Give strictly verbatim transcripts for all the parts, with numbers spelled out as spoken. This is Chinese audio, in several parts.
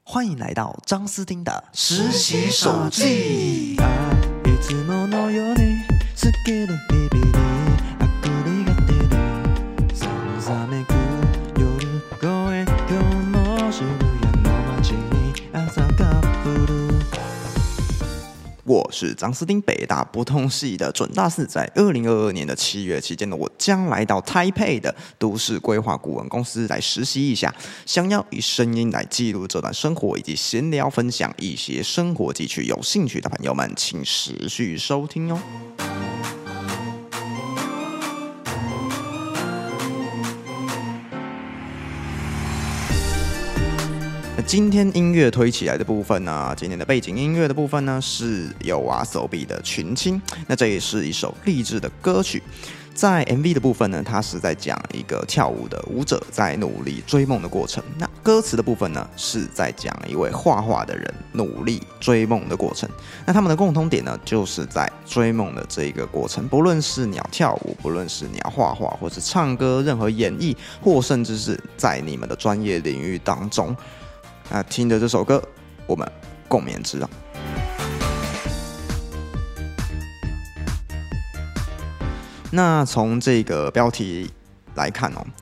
欢迎来到张斯汀的实习手记。我是张斯汀，北大不通系的准大四，在二零二二年的七月期间呢，我将来到台北的都市规划顾问公司来实习一下，想要以声音来记录这段生活，以及闲聊分享一些生活记趣。有兴趣的朋友们，请持续收听哦。今天音乐推起来的部分呢，今天的背景音乐的部分呢是YOASOBI的群青，那这也是一首励志的歌曲。在 M V 的部分呢，它是在讲一个跳舞的舞者在努力追梦的过程。那歌词的部分呢，是在讲一位画画的人努力追梦的过程。那他们的共同点呢，就是在追梦的这一个过程，不论是你要跳舞，不论是你要画画，或是唱歌，任何演绎，或甚至是在你们的专业领域当中。那听着这首歌，我们共勉之啊。那从这个标题来看哦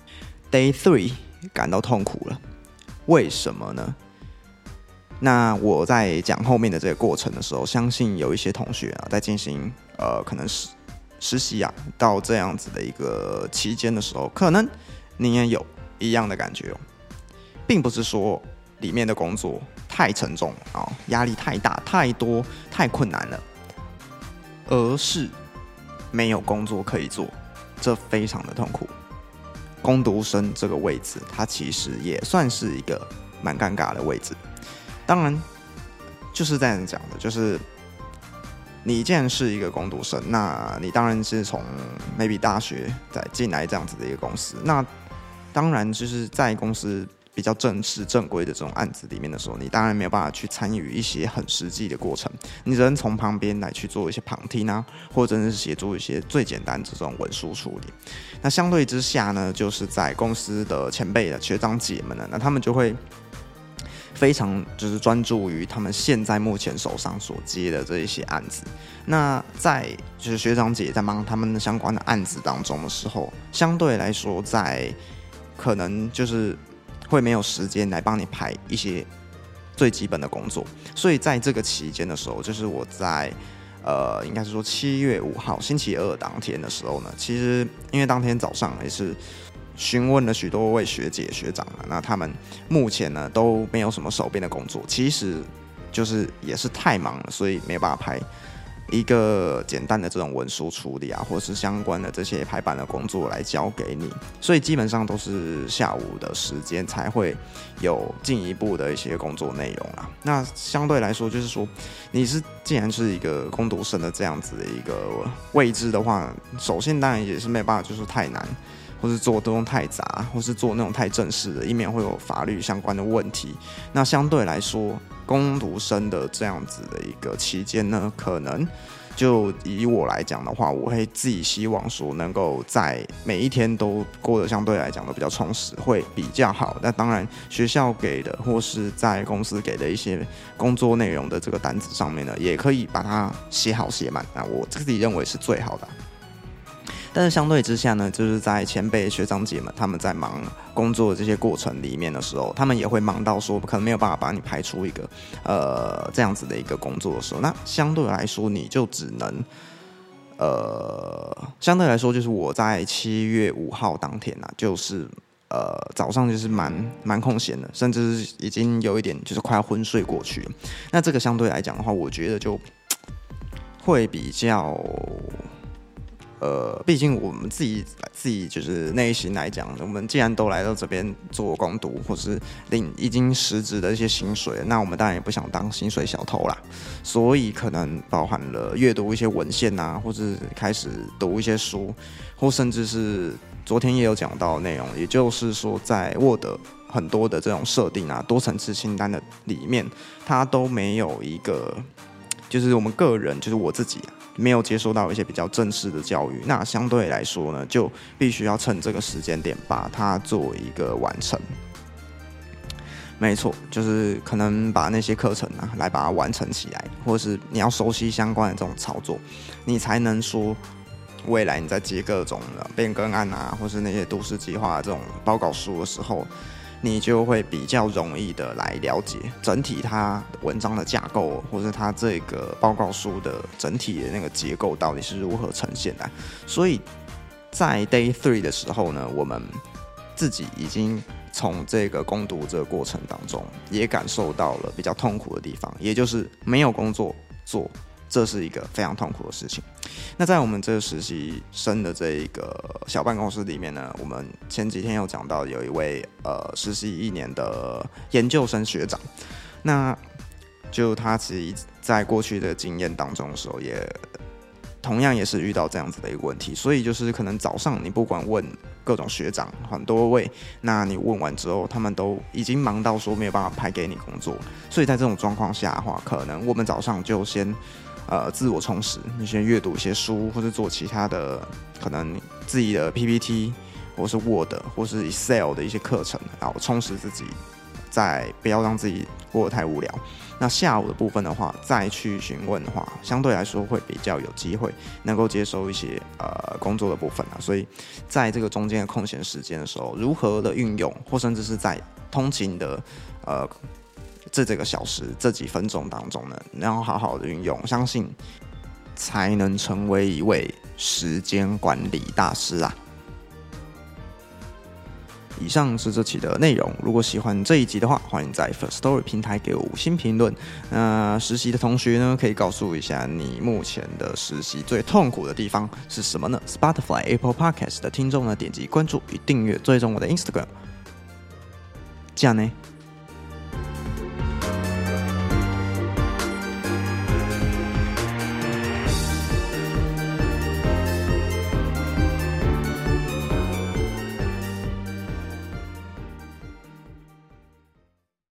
，Day Three 感到痛苦了，为什么呢？那我在讲后面的这个过程的时候，相信有一些同学啊，在进行呃可能实实习啊，到这样子的一个期间的时候，可能你也有一样的感觉哦，并不是说里面的工作太沉重啊，压力太大、太多、太困难了，而是没有工作可以做，这非常的痛苦。工读生这个位置，它其实也算是一个蛮尴尬的位置。当然，就是这样讲的，就是你既然是一个工读生，那你当然是从 maybe 大学再进来这样子的一个公司，那当然就是在公司比较正式正规的这种案子里面的时候，你当然没有办法去参与一些很实际的过程，你只能从旁边来去做一些旁听啊，或者是协助一些最简单的这种文书处理。那相对之下呢，就是在公司的前辈的学长姐们呢，那他们就会非常就是专注于他们现在目前手上所接的这一些案子。那在就是学长姐在忙他们相关的案子当中的时候，相对来说在可能就是会没有时间来帮你排一些最基本的工作，所以在这个期间的时候，就是我在呃，应该是说七月五号星期二当天的时候呢，其实因为当天早上也是询问了许多位学姐学长啊，那他们目前呢都没有什么手边的工作，其实就是也是太忙了，所以没有办法排一个简单的这种文书处理啊，或是相关的这些排版的工作来交给你，所以基本上都是下午的时间才会有进一步的一些工作内容啦。那相对来说，就是说你是既然是一个工读生的这样子的一个位置的话，首先当然也是没办法，就是太难，或是做东西太杂，或是做那种太正式的，以免会有法律相关的问题。那相对来说，工读生的这样子的一个期间呢，可能就以我来讲的话，我会自己希望说能够在每一天都过得相对来讲都比较充实，会比较好。那当然，学校给的或是在公司给的一些工作内容的这个单子上面呢，也可以把它写好写满。那我自己认为是最好的。但是相对之下呢，就是在前辈学长姐们他们在忙工作的这些过程里面的时候，他们也会忙到说可能没有办法把你排出一个呃这样子的一个工作的时候，那相对来说你就只能呃相对来说就是我在七月五号当天啊，就是呃早上就是蛮蛮空闲的，甚至已经有一点就是快要昏睡过去了。那这个相对来讲的话，我觉得就会比较。呃，毕竟我们自己自己就是内心来讲，我们既然都来到这边做工读，或是领已经实质的一些薪水，那我们当然也不想当薪水小偷啦。所以可能包含了阅读一些文献啊，或是开始读一些书，或甚至是昨天也有讲到的内容，也就是说在 Word 很多的这种设定啊，多层次清单的里面，它都没有一个，就是我们个人，就是我自己啊。没有接受到一些比较正式的教育，那相对来说呢，就必须要趁这个时间点把它做一个完成。 没错，就是可能把那些课程啊，来把它完成起来，或者是你要熟悉相关的这种操作，你才能说未来你在接各种的变更案啊，或是那些都市计划的这种报告书的时候，你就会比较容易的来了解整体它文章的架构，或是它这个报告书的整体的那个结构到底是如何呈现的。所以在 Day Three 的时候呢，我们自己已经从这个攻读这个过程当中，也感受到了比较痛苦的地方，也就是没有工作做，这是一个非常痛苦的事情。那在我们这个实习生的这一个小办公室里面呢，我们前几天有讲到有一位呃实习一年的研究生学长，那就他其实在过去的经验当中的时候也。同样也是遇到这样子的一个问题，所以就是可能早上你不管问各种学长很多位，那你问完之后，他们都已经忙到说没有办法派给你工作，所以在这种状况下的话，可能我们早上就先呃自我充实，你先阅读一些书，或是做其他的可能自己的 P P T 或是 Word 或是 Excel 的一些课程，然后充实自己，再不要让自己过得太无聊。那下午的部分的话，再去询问的话，相对来说会比较有机会能够接收一些呃工作的部分啊。所以在这个中间的空闲时间的时候，如何的运用，或甚至是在通勤的呃这这个小时这几分钟当中呢，然后好好的运用，相信才能成为一位时间管理大师啊。以上是这期的内容，如果喜欢这一集的话，欢迎在 Firstory 平台给我五星评论。那实习的同学呢，可以告诉一下你目前的实习最痛苦的地方是什么呢？ Spotify、Apple Podcast 的听众呢，点击关注与订阅，追踪我的 Instagram。这样呢。